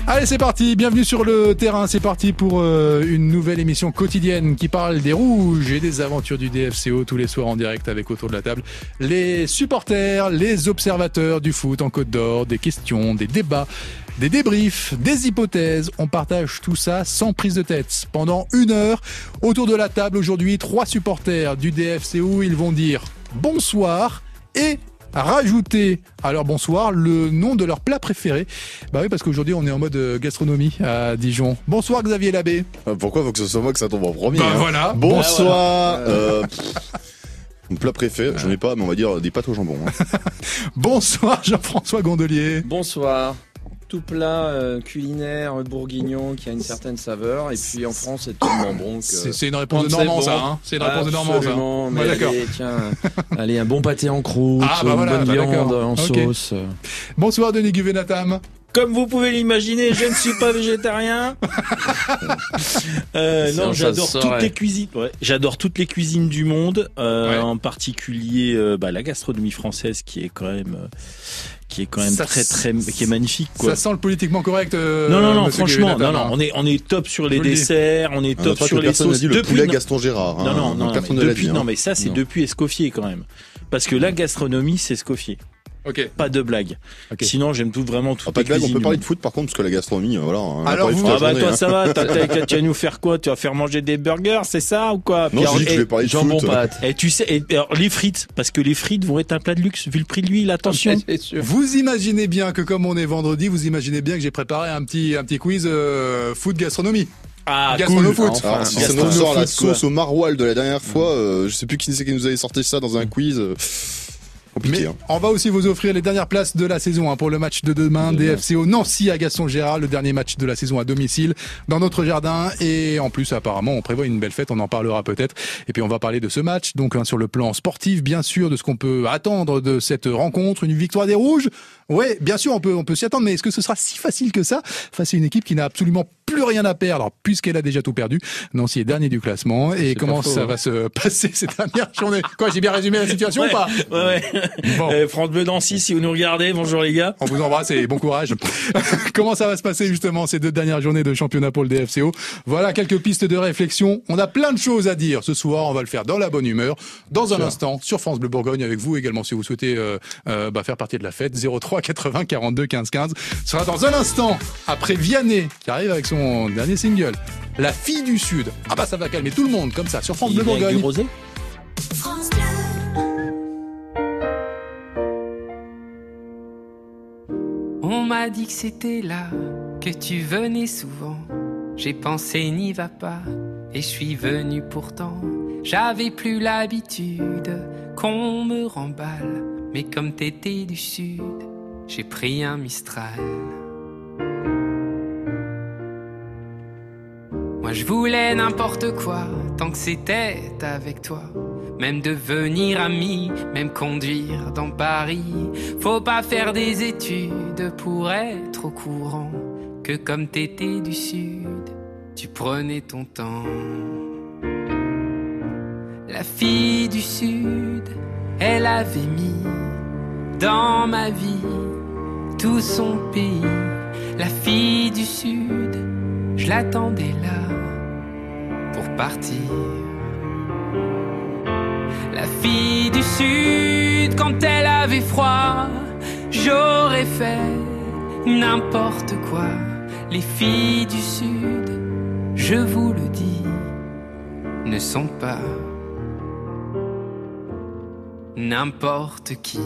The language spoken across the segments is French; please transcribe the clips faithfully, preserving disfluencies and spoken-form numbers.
Allez, c'est parti, bienvenue sur le terrain, c'est parti pour euh, une nouvelle émission quotidienne qui parle des Rouges et des aventures du D F C O tous les soirs en direct avec autour de la table les supporters, les observateurs du foot en Côte d'Or, des questions, des débats, des débriefs, des hypothèses. On partage tout ça sans prise de tête. Pendant une heure, autour de la table aujourd'hui, trois supporters du D F C O, ils vont dire bonsoir et rajouter à leur bonsoir le nom de leur plat préféré. Bah oui, parce qu'aujourd'hui on est en mode gastronomie à Dijon. Bonsoir Xavier Labbé. Pourquoi faut que ce soit moi que ça tombe en premier? Bah hein. voilà. Bonsoir. Bah voilà. euh, Mon plat préféré, j'en ai pas, mais on va dire des pâtes au jambon. Hein. Bonsoir Jean-François Gondelier. Bonsoir. Tout plat euh, culinaire bourguignon qui a une certaine saveur, et puis en France c'est tellement bon que c'est, c'est une réponse de Normand, bon. ça hein c'est une réponse de Normand ça. Mais ouais, d'accord. Allez, tiens, allez un bon pâté en croûte, ah, bah voilà, une bonne bah viande en okay. sauce. Bonsoir Denis Guvenatam. Comme vous pouvez l'imaginer, je ne suis pas végétarien. euh, non, j'adore toutes les cuisines. Ouais, j'adore toutes les cuisines du monde, euh, ouais. En particulier euh, bah, la gastronomie française qui est quand même. Euh, qui est quand même ça très très qui est magnifique quoi. Ça sent le politiquement correct. Euh, non non non franchement non non on est on est top sur les desserts, on est top sur les sauces. Depuis le poulet Gaston Gérard. Hein, non non non, personne non, ne depuis dit, non hein. mais ça c'est non. Depuis Escoffier quand même. Parce que la gastronomie c'est Escoffier. Okay. Pas de blague. Okay. Sinon, j'aime tout vraiment tout. Ah, pas de blague, on peut parler de foot par contre, parce que la gastronomie, voilà. Alors vous, ah bah journée, toi hein. ça va, t'as, t'as, tu vas nous faire quoi? Tu vas faire manger des burgers, c'est ça ou quoi? Non, je dis que je vais parler de jambon foot. Pâte. Et tu sais, et, alors, les frites, parce que les frites vont être un plat de luxe vu le prix de l'huile. Attention. Vous imaginez bien que comme on est vendredi, vous imaginez bien que j'ai préparé un petit un petit quiz euh, foot gastronomie. Ah, Gastrono cool. foot. Alors, si ça nous sort la sauce au maroilles de la dernière fois, euh, je sais plus qui c'est qui nous avait sorti ça dans un quiz. Euh, Mais hein. on va aussi vous offrir les dernières places de la saison hein, pour le match de demain, D F C O Nancy à Gaston Gérard, le dernier match de la saison à domicile dans notre jardin. Et en plus, apparemment, on prévoit une belle fête, on en parlera peut-être. Et puis on va parler de ce match, donc hein, sur le plan sportif, bien sûr, de ce qu'on peut attendre de cette rencontre, une victoire des Rouges. Ouais, bien sûr, on peut on peut s'y attendre, mais est-ce que ce sera si facile que ça face à une équipe qui n'a absolument plus rien à perdre puisqu'elle a déjà tout perdu? Nancy est dernier du classement. Et c'est comment faux, ça hein. va se passer ces dernières journées? Quoi, j'ai bien résumé la situation ouais, ou pas? Ouais, ouais. Bon. Euh, France Bleu Nancy, si vous nous regardez, bonjour les gars. On vous embrasse et bon courage. Comment ça va se passer justement ces deux dernières journées de championnat pour le D F C O? Voilà quelques pistes de réflexion. On a plein de choses à dire ce soir. On va le faire dans la bonne humeur, dans un instant sur France Bleu Bourgogne avec vous également si vous souhaitez euh, euh, bah, faire partie de la fête. zéro trois quatre-vingts quarante-deux quinze quinze sera dans un instant après Vianney qui arrive avec son dernier single, La Fille du Sud. Ah bah ça va calmer tout le monde comme ça sur France Bleu Bourgogne. France Bleu. On m'a dit que c'était là, que tu venais souvent. J'ai pensé n'y va pas, et je suis venu pourtant. J'avais plus l'habitude qu'on me remballe, mais comme t'étais du sud, j'ai pris un Mistral. Moi je voulais n'importe quoi, tant que c'était avec toi. Même devenir ami, même conduire dans Paris. Faut pas faire des études pour être au courant que comme t'étais du sud, tu prenais ton temps. La fille du sud, elle avait mis dans ma vie tout son pays. La fille du sud, je l'attendais là pour partir. La fille du sud, quand elle avait froid, j'aurais fait n'importe quoi. Les filles du sud, je vous le dis, ne sont pas n'importe qui.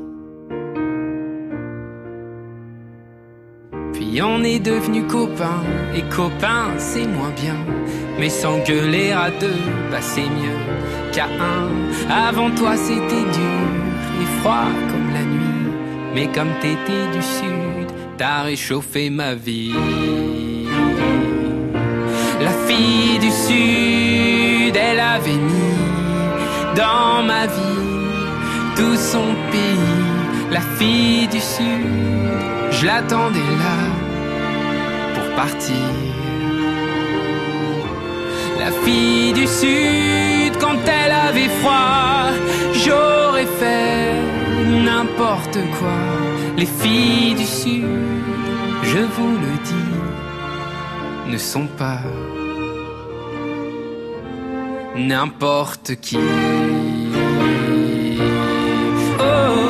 Puis on est devenus copains, et copains c'est moins bien. Mais s'engueuler à deux, bah c'est mieux qu'à un. Avant toi c'était dur et froid comme la nuit, mais comme t'étais du sud, t'as réchauffé ma vie. La fille du sud, elle avait mis dans ma vie tout son pays. La fille du sud, je l'attendais là pour partir. La fille du sud, quand elle avait froid, j'aurais fait n'importe quoi. Les filles du sud, je vous le dis, ne sont pas n'importe qui. Oh.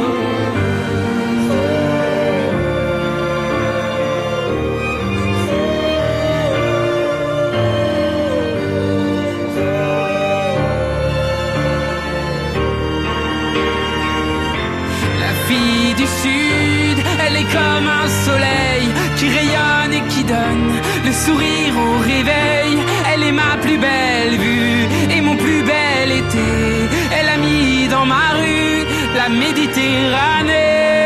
Du sud, elle est comme un soleil qui rayonne et qui donne le sourire au réveil. Elle est ma plus belle vue et mon plus bel été. Elle a mis dans ma rue la Méditerranée.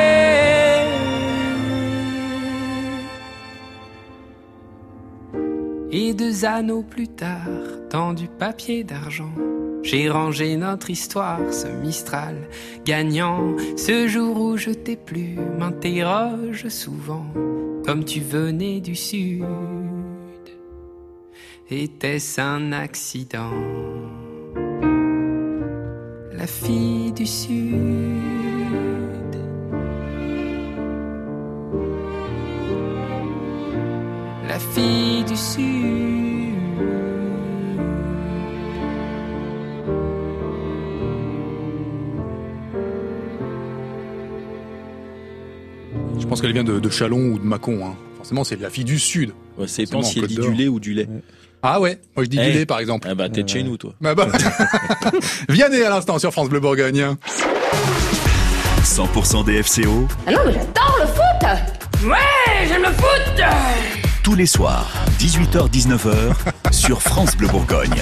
Et deux anneaux plus tard, dans du papier d'argent, j'ai rangé notre histoire, ce Mistral gagnant. Ce jour où je t'ai plu, m'interroge souvent, comme tu venais du sud, était-ce un accident? La fille du sud, la fille du sud. Je pense qu'elle vient de, de Châlons ou de Mâcon. Hein. Forcément, c'est de la fille du Sud. Ouais, ça dépend si elle dit du lait ou du lait. Ouais. Ah ouais, moi je dis hey. du lait par exemple. Ah bah t'es de chez nous toi. Bah bah. Vianney à l'instant sur France Bleu Bourgogne. cent pour cent des F C O. Ah non mais j'adore le foot. Ouais, j'aime le foot. Tous les soirs, dix-huit heures dix-neuf heures sur France Bleu Bourgogne.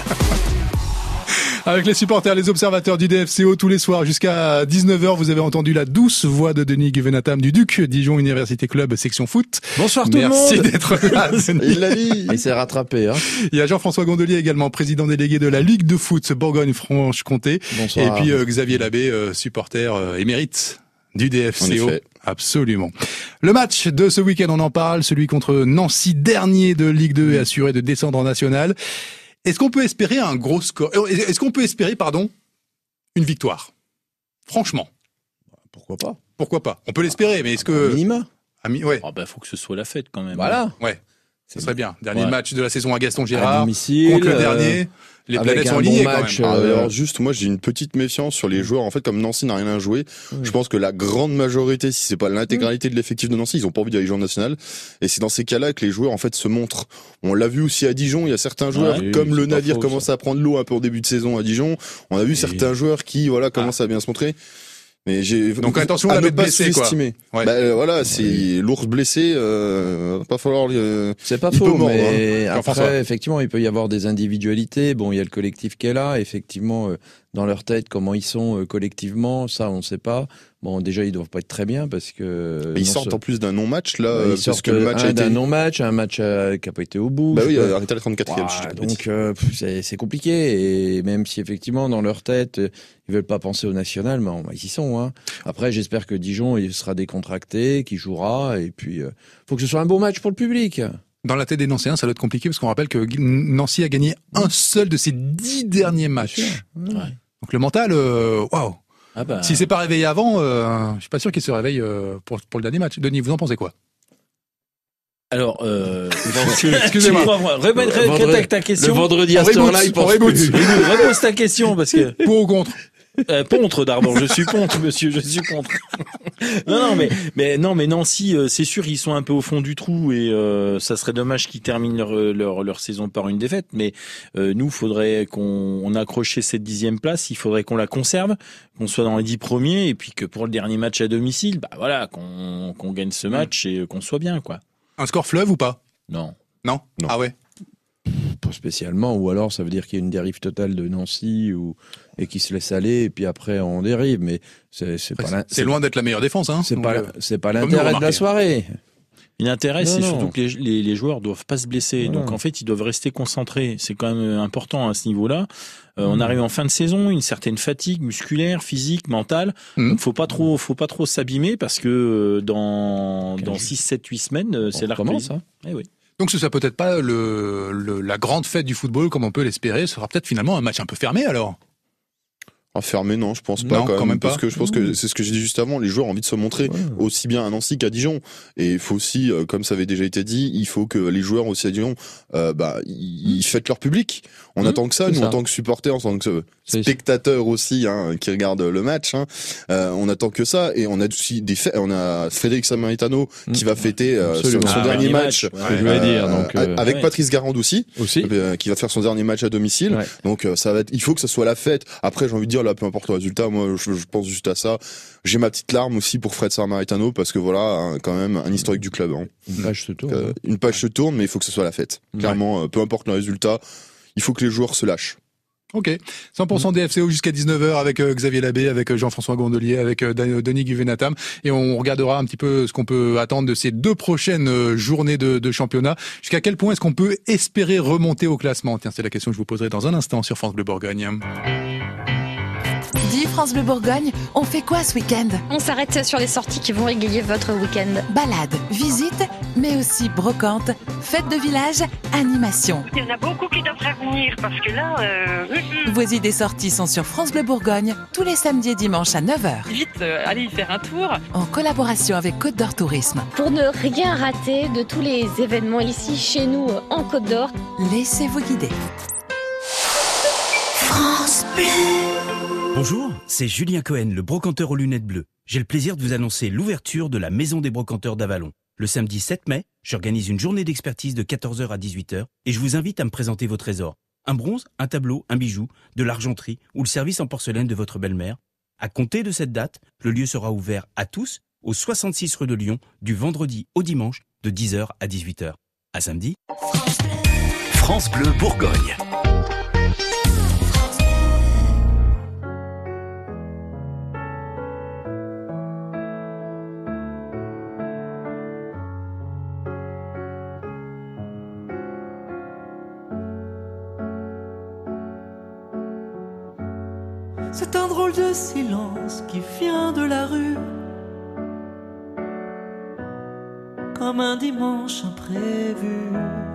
Avec les supporters, les observateurs du D F C O tous les soirs jusqu'à dix-neuf heures, vous avez entendu la douce voix de Denis Guvenatam du Duc Dijon Université Club section foot. Bonsoir tout Merci le monde. Merci d'être là, Denis. Il l'a dit. Il s'est rattrapé. Hein. Il y a Jean-François Gondelier également, président délégué de la Ligue de foot Bourgogne-Franche-Comté. Bonsoir. Et puis euh, Xavier Labbé, euh, supporter euh, émérite du D F C O. Absolument. Le match de ce week-end, on en parle, celui contre Nancy, dernier de Ligue deux et assuré de descendre en national. Est-ce qu'on peut espérer un gros score? Est-ce qu'on peut espérer, pardon, une victoire? Franchement. Pourquoi pas? Pourquoi pas? On peut l'espérer, mais est-ce que... À minima. À mi... ouais. Oh bah, faut que ce soit la fête quand même. Voilà. Ouais. Ce serait bien. Dernier ouais. match de la saison à Gaston Gérard. À domicile, contre le euh, dernier. Les planètes sont bon liées match, quand même. Ah, euh... alors juste, moi j'ai une petite méfiance sur les joueurs. En fait, comme Nancy n'a rien à jouer, oui. je pense que la grande majorité, si c'est pas l'intégralité de l'effectif de Nancy, ils ont pas envie d'aller jouer en national. Et c'est dans ces cas-là que les joueurs en fait se montrent. On l'a vu aussi à Dijon. Il y a certains joueurs, ouais, comme oui, le navire faux, commence ça. à prendre l'eau un peu au début de saison à Dijon. On a vu et... certains joueurs qui voilà commencent ah. à bien se montrer. Mais j'ai donc attention à, à la ne mettre pas blessé quoi. Ouais. Bah euh, voilà, c'est oui. l'ours blessé, euh, va pas falloir. Euh, c'est pas faux, mordre, mais hein. après effectivement il peut y avoir des individualités. Bon, il y a le collectif qui est là, effectivement euh, dans leur tête comment ils sont euh, collectivement, ça on sait pas. Bon, déjà ils doivent pas être très bien parce que ils sortent se... en plus d'un non-match là, ils parce sortent que le match un a été d'un non-match, un match euh, qui a pas été au bout. Bah oui, arrêté à la trente-quatrième. Wow, si donc euh, c'est, c'est compliqué et même si effectivement dans leur tête ils veulent pas penser au national, mais bon, ils y sont. Hein. Après, j'espère que Dijon il sera décontracté, qu'il jouera et puis euh, faut que ce soit un bon match pour le public. Dans la tête des Nancéens, ça doit être compliqué parce qu'on rappelle que Nancy a gagné un seul de ses dix derniers matchs. Ouais. Donc le mental, waouh. Wow. Ah bah... Si c'est pas réveillé avant, euh, je suis pas sûr qu'il se réveille euh, pour, pour le dernier match. Denis, vous en pensez quoi? Alors, euh... excusez-moi. Remets vendredi, ta question. Le vendredi à ce heure-là, il pense plus. Repose ta question parce que. Pour ou contre? Euh, pontre d'Ardon, je suis pontre, monsieur, je suis pontre. non, non, mais, mais non, mais Nancy, euh, c'est sûr, ils sont un peu au fond du trou et euh, ça serait dommage qu'ils terminent leur leur leur saison par une défaite. Mais euh, nous, faudrait qu'on on accroche cette dixième place, il faudrait qu'on la conserve, qu'on soit dans les dix premiers et puis que pour le dernier match à domicile, bah voilà, qu'on qu'on gagne ce match et qu'on soit bien, quoi. Un score fleuve ou pas? Non. Non. Non. Ah ouais. Pas spécialement, ou alors ça veut dire qu'il y a une dérive totale de Nancy ou et qui se laisse aller et puis après on dérive, mais c'est c'est après, pas c'est, c'est loin d'être la meilleure défense, hein. C'est donc, pas euh, c'est pas l'intérêt de la soirée. L'intérêt, non, c'est non. surtout que les, les, les joueurs doivent pas se blesser. Voilà. Donc en fait, ils doivent rester concentrés. C'est quand même important à ce niveau-là. Euh, mmh. On arrive en fin de saison, une certaine fatigue musculaire, physique, mentale. Mmh. Donc faut pas trop, faut pas trop s'abîmer parce que dans dans six, sept, huit semaines, on c'est la reprise. Hein. Eh oui. Donc ce sera peut-être pas le, le la grande fête du football comme on peut l'espérer. Ce sera peut-être finalement un match un peu fermé alors. Fermé, non, je pense pas. Non, quand, quand même, même parce pas. que je pense que c'est ce que j'ai dit juste avant. Les joueurs ont envie de se montrer Ouais. aussi bien à Nancy qu'à Dijon. Et il faut aussi, euh, comme ça avait déjà été dit, il faut que les joueurs aussi à Dijon, euh, bah, ils, ils fêtent leur public. On Mmh, attend que ça, c'est nous ça. en tant que supporters, en tant que C'est- spectateurs aussi, hein, qui regardent le match. Hein, euh, on attend que ça. Et on a aussi des fêtes. On a Frédéric Samaritano qui Mmh. va fêter euh, son, Absolument. son Ah, dernier dernier match. match, C'est ce que je voulais dire. Donc, euh, avec ouais. Patrice Garande aussi, aussi. euh, qui va faire son dernier match à domicile. Ouais. Donc euh, ça va être, il faut que ça soit la fête. Après, j'ai envie de dire là, peu importe le résultat, moi je, je pense juste à ça. J'ai ma petite larme aussi pour Fred Samaritano parce que voilà, hein, quand même un historique du club. Hein. Une page se tourne. Euh, une page se tourne, mais il faut que ce soit la fête. Clairement, euh, peu importe le résultat, il faut que les joueurs se lâchent. Ok, cent pour cent D F C O jusqu'à dix-neuf heures avec euh, Xavier Labbé, avec euh, Jean-François Gondelier, avec euh, Dan- Denis Guvenatam, et on regardera un petit peu ce qu'on peut attendre de ces deux prochaines euh, journées de, de championnat. Jusqu'à quel point est-ce qu'on peut espérer remonter au classement? Tiens, c'est la question que je vous poserai dans un instant sur France Bleu Bourgogne. Dis France Bleu Bourgogne, on fait quoi ce week-end? On s'arrête sur les sorties qui vont égayer votre week-end. Balade, visite, mais aussi brocante, fête de village, animation. Il y en a beaucoup qui devraient venir parce que là... Euh... Vos idées sorties sont sur France Bleu Bourgogne tous les samedis et dimanches à neuf heures. Vite, euh, allez y faire un tour. En collaboration avec Côte d'Or Tourisme. Pour ne rien rater de tous les événements ici chez nous en Côte d'Or. Laissez-vous guider. France Bleu. Bonjour, c'est Julien Cohen, le brocanteur aux lunettes bleues. J'ai le plaisir de vous annoncer l'ouverture de la Maison des brocanteurs d'Avalon. Le samedi sept mai, j'organise une journée d'expertise de quatorze heures à dix-huit heures et je vous invite à me présenter vos trésors. Un bronze, un tableau, un bijou, de l'argenterie ou le service en porcelaine de votre belle-mère. À compter de cette date, le lieu sera ouvert à tous au soixante-six rue de Lyon du vendredi au dimanche de dix heures à dix-huit heures. À samedi. France Bleu Bourgogne. C'est un drôle de silence qui vient de la rue, comme un dimanche imprévu.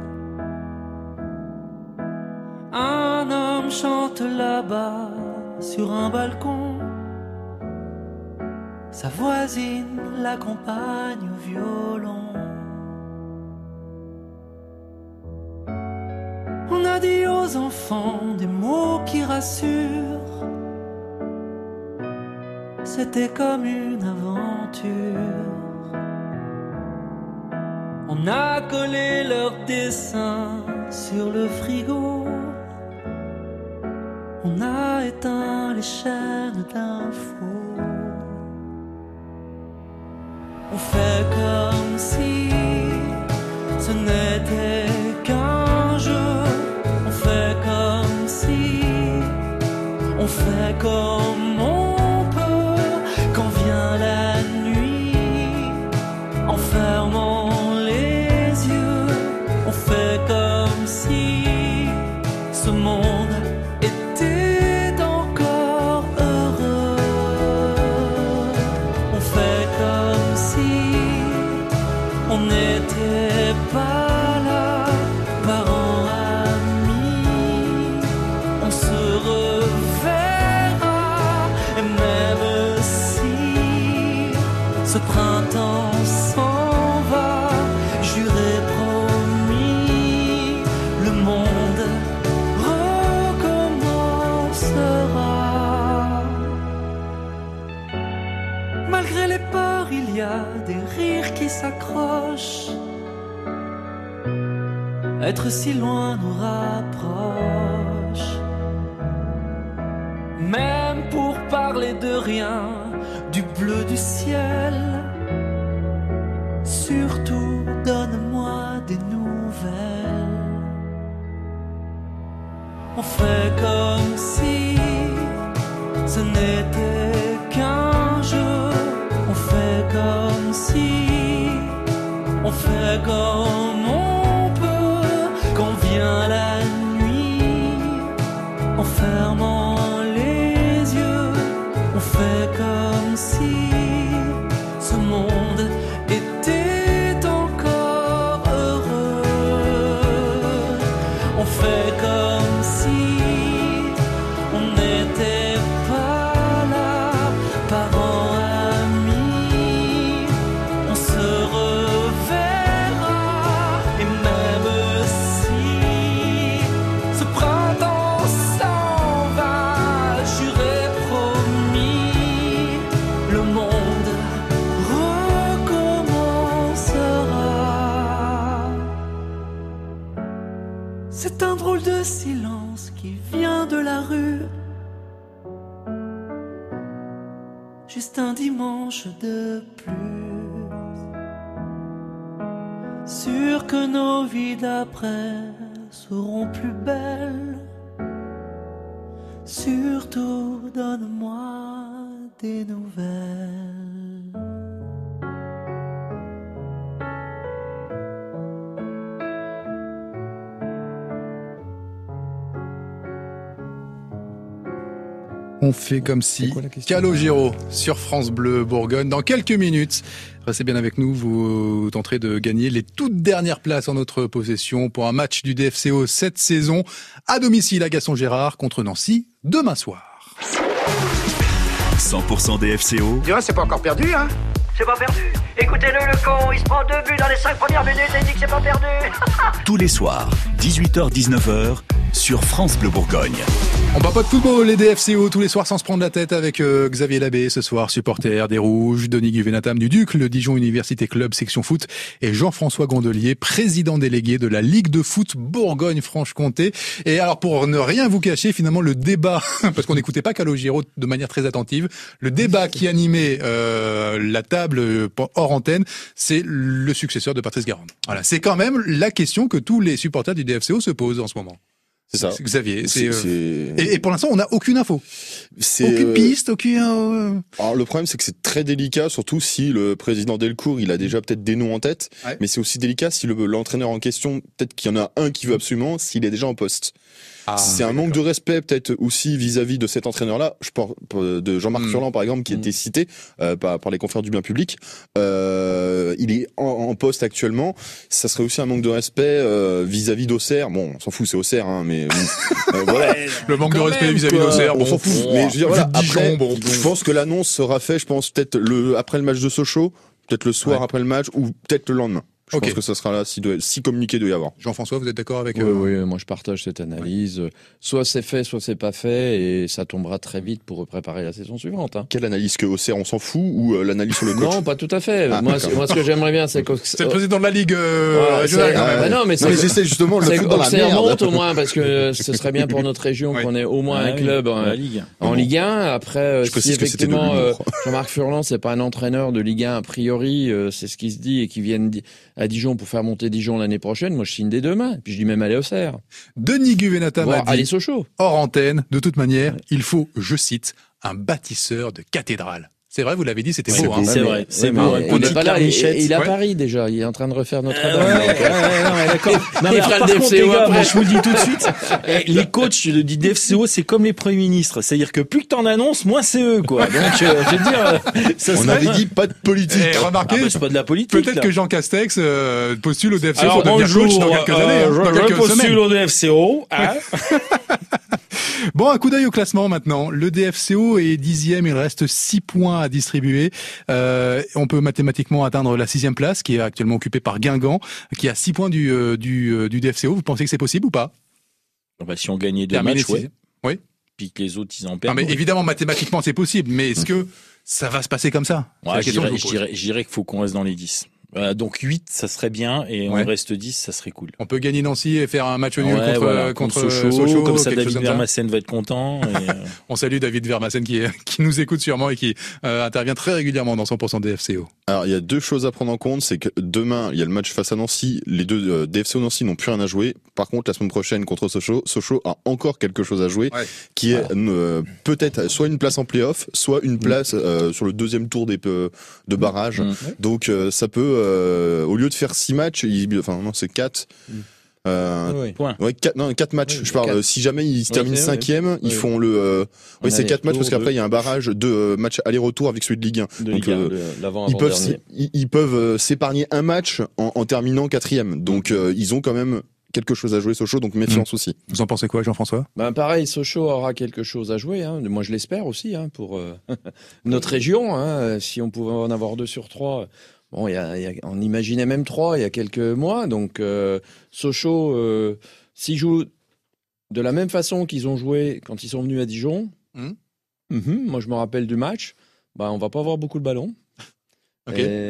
Un homme chante là-bas sur un balcon, sa voisine l'accompagne au violon. On a dit aux enfants des mots qui rassurent, c'était comme une aventure. On a collé leurs dessins sur le frigo, on a éteint les chaînes d'infos. On fait comme si ce n'était qu'un jeu. On fait comme si, on fait comme on peut. Quand vient la nuit, en fermant les yeux, on fait comme si ce monde était encore heureux. On fait comme si on n'était pas là, parents, amis, on se reverra. Et même si ce printemps s'en va, juré, promis, le monde recommencera. Malgré les peurs, il y a des rires qui s'accrochent. Être si loin nous rapproche. Même pour parler de rien, du bleu du ciel. Surtout, donne-moi des nouvelles. On fait comme si ce n'était qu'un jeu. On fait comme si, on fait comme on peut. Quand vient la nuit, en fermant les yeux, on fait comme si ce monde était encore heureux. On fait comme si on n'était pas C'est un drôle de silence qui vient de la rue. Juste un dimanche de plus. Sûr que nos vies d'après seront plus belles. Surtout donne-moi des nouvelles. On fait comme si. Calogero sur France Bleu Bourgogne. Dans quelques minutes, restez bien avec nous, vous tenterez de gagner les toutes dernières places en notre possession pour un match du D F C O cette saison à domicile à Gaston-Gérard contre Nancy demain soir. cent pour cent D F C O. Tu vois, c'est pas encore perdu, hein? C'est pas perdu. Écoutez-le, le con, il se prend deux buts dans les cinq premières minutes et il dit que c'est pas perdu. Tous les soirs, dix-huit heures dix-neuf heures, sur France Bleu Bourgogne. On parle pas de football, les D F C O, tous les soirs sans se prendre la tête avec euh, Xavier Labbé, ce soir, supporter des Rouges, Denis Guvenatam du Duc, le Dijon Université Club section foot, et Jean-François Gondelier, président délégué de la Ligue de foot Bourgogne-Franche-Comté. Et alors, pour ne rien vous cacher, finalement, le débat, parce qu'on n'écoutait pas Calogero de manière très attentive, le débat qui animait euh, la table euh, hors antenne, c'est le successeur de Patrice Garande. Voilà, c'est quand même la question que tous les supporters du D F C O se posent en ce moment. C'est ça. C'est Xavier. C'est, c'est, euh... et, et pour l'instant, on n'a aucune info. C'est aucune euh... piste, aucune. Euh... Alors le problème, c'est que c'est très délicat, surtout si le président Delcourt, il a déjà peut-être des noms en tête. Ouais. Mais c'est aussi délicat si le, l'entraîneur en question, peut-être qu'il y en a un qui veut absolument, s'il est déjà en poste. Ah, c'est un manque de respect peut-être aussi vis-à-vis de cet entraîneur-là. Je parle de Jean-Marc mmh. Furlan par exemple, qui mmh. était cité euh, par, par les confrères du bien public. Euh, il est en, en poste actuellement. Ça serait aussi un manque de respect euh, vis-à-vis d'Auxerre. Bon, on s'en fout, c'est Auxerre, hein, mais euh, voilà. Le manque Quand de respect même, vis-à-vis quoi. d'Auxerre, on s'en fout. Bon, mais je veux dire, voilà, Dijon, après, bon, je pense que l'annonce sera faite, je pense peut-être le après le match de Sochaux, peut-être le soir ouais. après le match, ou peut-être le lendemain. Je okay. pense que ça sera là, si, doit, si communiqué doit y avoir. Jean-François, vous êtes d'accord avec... Oui, euh... oui, moi je partage cette analyse. Ouais. Soit c'est fait, soit c'est pas fait, et ça tombera très vite pour préparer la saison suivante. Hein. Quelle analyse, que Auxerre on s'en fout, ou euh, l'analyse sur le coach? Non, pas tout à fait. Ah, moi, moi, ce que j'aimerais bien, c'est que... C'est le président de la Ligue euh, régionale. Ah, bah non, mais c'est... Non, mais j'essaie justement le foot dans la merde. monte au moins, parce que ce serait bien pour notre région ouais. qu'on ait au moins ah, un oui, club en, Ligue. en Ligue un. Après, je si effectivement euh, Jean-Marc Furlan, c'est pas un entraîneur de Ligue un a priori, euh, c'est ce qui se dit, et qui viennent à Dijon pour faire monter Dijon l'année prochaine, moi je signe des deux mains. Puis je dis même aller au Auxerre. Denis Guvenatam a dit, allez Sochaux. Hors antenne, de toute manière, il faut, je cite, un bâtisseur de cathédrale. C'est vrai, vous l'avez dit, c'était ouais, beau. Hein. C'est vrai, c'est ouais, beau. On n'est pas là, il, il est à ouais. Paris déjà, il est en train de refaire Notre-Dame. Euh, ouais, ouais, ouais, non, d'accord. Non, mais par contre, les gars, moi, je vous le dis tout de suite, les coachs du D F C O, c'est comme les premiers ministres. C'est-à-dire que plus que t'en annonces, moins c'est eux, quoi. Donc, euh, je veux dire, ça on avait dit pas de politique. Et remarquez, ah bah, c'est pas de la politique. Peut-être là. que Jean Castex euh, postule au D F C O Alors, pour devenir coach dans quelques euh, années. Hein, je, dans je quelques postule semaines. au D F C O. Hein. Bon, un coup d'œil au classement maintenant. Le D F C O est dixième, il reste six points à distribuer. Euh, on peut mathématiquement atteindre la sixième place, qui est actuellement occupée par Guingamp, qui a six points du, euh, du, euh, du D F C O. Vous pensez que c'est possible ou pas? Bah, si on gagnait deux Terminer matchs, ouais. Oui. Puis que les autres, ils en perdent. Non, mais ouais. évidemment, mathématiquement, c'est possible. Mais est-ce que ça va se passer comme ça? Ouais, je dirais, je dirais, je dirais qu'il faut qu'on reste dans les dix. Euh, donc huit, ça serait bien, et ouais. on reste dix, ça serait cool. On peut gagner Nancy et faire un match nul ouais, contre, voilà, contre, contre Sochaux, Sochaux, comme ça David comme Vermassen va être content. Et euh... On salue David Vermassen qui, qui nous écoute sûrement et qui euh, intervient très régulièrement dans cent pour cent D F C O. Alors il y a deux choses à prendre en compte, c'est que demain il y a le match face à Nancy, les deux euh, D F C O Nancy n'ont plus rien à jouer. Par contre la semaine prochaine contre Sochaux, Sochaux a encore quelque chose à jouer, ouais. qui est euh, peut-être soit une place en play-off, soit une place euh, sur le deuxième tour des euh, de barrage. Mmh. Donc euh, ça peut, euh, au lieu de faire six matchs, il, enfin non c'est quatre. Mmh. Euh, oui. Point. Ouais, quatre, non, quatre matchs. Oui, je parle. Quatre. Si jamais ils se terminent oui, cinquième, oui. ils oui. font le. Euh, oui, c'est quatre matchs parce qu'après il de... y a un barrage de euh, matchs aller-retour avec celui de Ligue un. De Donc Ligue un, euh, de l'avant, ils avant peuvent, ils, ils peuvent euh, s'épargner un match en, en terminant quatrième. Donc euh, ils ont quand même quelque chose à jouer Sochaux. Donc méfiance mmh. aussi. Vous en pensez quoi, Jean-François? Ben pareil, Sochaux aura quelque chose à jouer. Hein. Moi je l'espère aussi hein, pour euh, notre région. Hein. Si on pouvait en avoir deux sur trois. Bon, il y a, il y a, on imaginait même trois il y a quelques mois. Donc, euh, Sochaux, euh, s'ils jouent de la même façon qu'ils ont joué quand ils sont venus à Dijon, mmh. Mm-hmm, moi je me rappelle du match, bah, on va pas avoir beaucoup de ballons. Okay. Et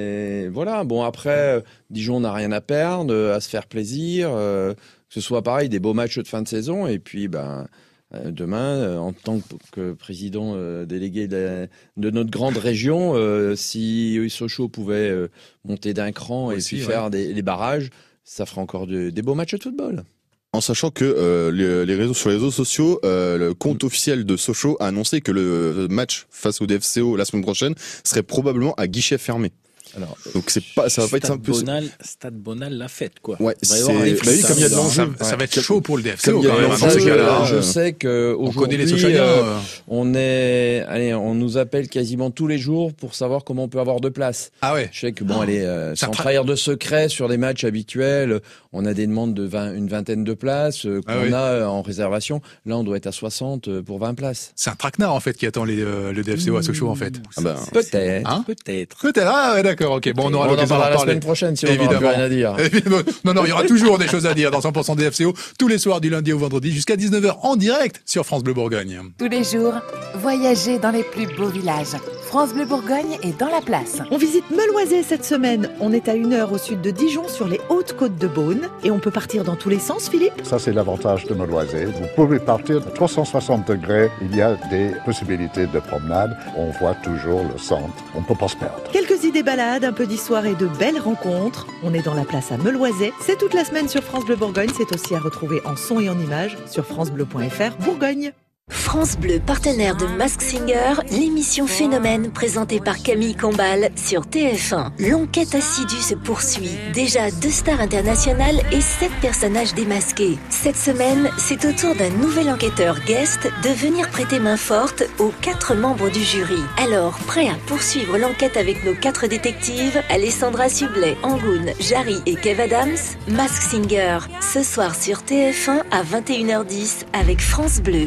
voilà. Bon, après, Dijon n'a rien à perdre, à se faire plaisir, euh, que ce soit pareil, des beaux matchs de fin de saison. Et puis, ben, euh, demain, euh, en tant que président euh, délégué de, de notre grande région, euh, si Sochaux pouvait euh, monter d'un cran Aussi, et puis ouais. faire des, les barrages, ça ferait encore de, des beaux matchs de football. En sachant que euh, les, les réseaux sur les réseaux sociaux, euh, le compte officiel de Sochaux a annoncé que le match face au D F C O la semaine prochaine serait probablement à guichet fermé. Alors, donc c'est pas, ça va pas être un Stade peu. Bonal, Stade Bonal l'a fête, quoi. Ouais, Il va y c'est. avoir un Bah oui, effet, comme il y a de ça- l'enjeu. Ça, ça va être chaud pour le D F C Comme O il y a quand même. de hein, l'enjeu, dans ces je, cas-là. je Euh, sais que on connaît les aujourd'hui, Sochaliens. euh, euh, on est, allez, on nous appelle quasiment tous les jours pour savoir comment on peut avoir de place. Ah ouais. Je sais que bon, allez, euh, Ça sans tra- trahir de secret sur les matchs habituels, on a des demandes de vingt, une vingtaine de places euh, qu'on Ah oui. a euh, en réservation. Là, on doit être à soixante euh, pour vingt places. C'est un traquenard en fait qui attend les, euh, le D F C O à Sochaux en fait. Ah bah, Peut-être. Hein Peut-être. Peut-être. Ah ouais, d'accord. Ok. Bon, on aura On en l'occasion d'en parlera la parler. semaine prochaine si on n'aura plus Évidemment. rien à dire. Évidemment. Non, non, il y aura toujours des choses à dire dans cent pour cent D F C O tous les soirs du lundi au vendredi jusqu'à dix-neuf heures en direct sur France Bleu Bourgogne. Tous les jours, voyagez dans les plus beaux villages. France Bleu Bourgogne est dans la place. On visite Meloisais cette semaine. On est à une heure au sud de Dijon sur les hautes côtes de Beaune. Et on peut partir dans tous les sens, Philippe. Ça, c'est l'avantage de Meloisais. Vous pouvez partir à trois cent soixante degrés. Il y a des possibilités de promenade. On voit toujours le centre. On ne peut pas se perdre. Quelques idées balades, un peu d'histoire et de belles rencontres. On est dans la place à Meloisais. C'est toute la semaine sur France Bleu Bourgogne. C'est aussi à retrouver en son et en images sur francebleu point f r Bourgogne. France Bleu, partenaire de Mask Singer, l'émission Phénomène présentée par Camille Combal sur T F un. L'enquête assidue se poursuit. Déjà deux stars internationales et sept personnages démasqués. Cette semaine, c'est au tour d'un nouvel enquêteur guest de venir prêter main forte aux quatre membres du jury. Alors, prêt à poursuivre l'enquête avec nos quatre détectives, Alessandra Sublet, Angoun, Jarry et Kev Adams? Mask Singer, ce soir sur T F un à vingt et une heures dix avec France Bleu.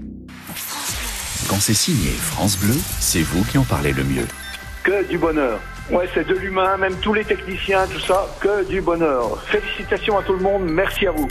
Quand c'est signé France Bleu, c'est vous qui en parlez le mieux. Que du bonheur. Ouais, c'est de l'humain, même tous les techniciens, tout ça, que du bonheur. Félicitations à tout le monde, merci à vous.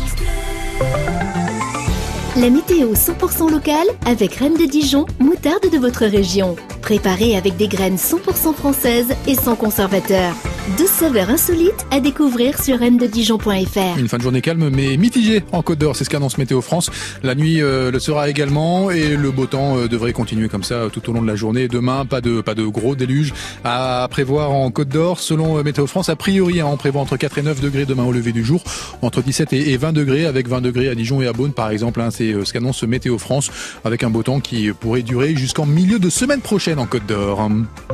La météo cent pour cent locale avec Reine de Dijon, moutarde de votre région. Préparée avec des graines cent pour cent françaises et sans conservateur. Deux saveurs insolites à découvrir sur reine de dijon point f r. Une fin de journée calme mais mitigée en Côte d'Or, c'est ce qu'annonce Météo France. La nuit euh, le sera également et le beau temps euh, devrait continuer comme ça euh, tout au long de la journée. Demain, pas de pas de gros déluge à prévoir en Côte d'Or. Selon euh, Météo France, a priori, hein, on prévoit entre quatre et neuf degrés demain au lever du jour, entre dix-sept et vingt degrés, avec vingt degrés à Dijon et à Beaune par exemple. Hein, c'est euh, ce qu'annonce Météo France, avec un beau temps qui pourrait durer jusqu'en milieu de semaine prochaine en Côte d'Or.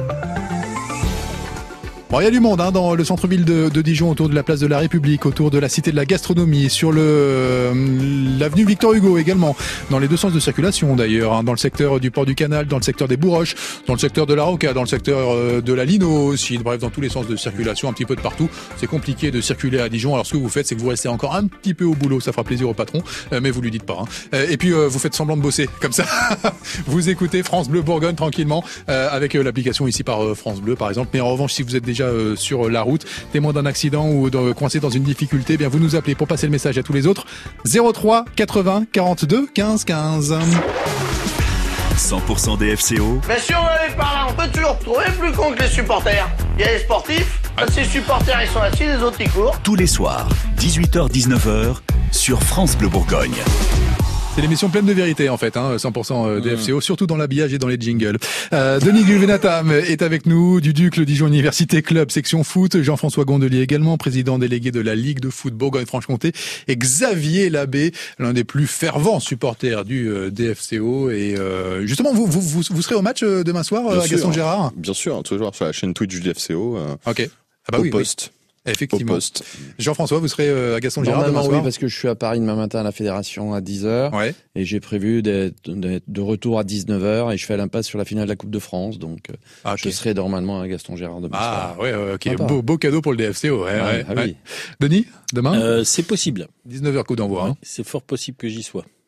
Bon, il y a du monde hein, dans le centre-ville de, de Dijon, autour de la place de la République, autour de la cité de la gastronomie, sur le euh, l'avenue Victor Hugo également, dans les deux sens de circulation d'ailleurs, hein, dans le secteur du port du Canal, dans le secteur des Bourroches, dans le secteur de la Roca, dans le secteur euh, de la Lino aussi, bref, dans tous les sens de circulation, un petit peu de partout. C'est compliqué de circuler à Dijon, alors ce que vous faites, c'est que vous restez encore un petit peu au boulot, ça fera plaisir au patron, euh, mais vous lui dites pas. Hein. Euh, et puis euh, vous faites semblant de bosser, comme ça, vous écoutez France Bleu Bourgogne tranquillement, euh, avec euh, l'application ici par euh, France Bleu par exemple, mais en revanche, si vous êtes déjà Euh, sur la route, témoin d'un accident ou de, coincé dans une difficulté, eh bien vous nous appelez pour passer le message à tous les autres. zéro trois quatre-vingts quarante-deux quinze quinze. cent pour cent D F C O. Mais si on allait par là, on peut toujours trouver plus con que les supporters. Il y a les sportifs, si les supporters ils sont assis, les autres ils courent. Tous les soirs, dix-huit heures dix-neuf heures, sur France Bleu Bourgogne. C'est l'émission pleine de vérité en fait, hein, cent pour cent D F C O, mmh. surtout dans l'habillage et dans les jingles. Euh, Denis Gulvenatam est avec nous, du Duc, le Dijon Université Club, section foot. Jean-François Gondelier également, président délégué de la Ligue de foot Bourgogne-Franche-Comté. Et Xavier Labbé, l'un des plus fervents supporters du euh, D F C O. Et euh, justement, vous, vous, vous, vous serez au match euh, demain soir euh, à Gaston Gérard? Bien sûr, toujours sur la chaîne Twitch du D F C O. Euh, ok. Ah bah au oui, poste. Oui. Effectivement. Au poste. Jean-François, vous serez à Gaston Gérard demain soir? Oui, parce que je suis à Paris demain matin à la Fédération à dix heures. Ouais. Et j'ai prévu d'être, d'être de retour à dix-neuf heures et je fais l'impasse sur la finale de la Coupe de France. Donc, ah, okay. je serai normalement à Gaston Gérard demain ah, soir. Ah, ouais, ok. Beau, beau cadeau pour le D F C O. Ouais, ouais, ouais, ah, ouais. oui. Denis, demain? Euh, c'est possible. dix-neuf heures coup d'envoi. Ouais, hein. C'est fort possible que j'y sois.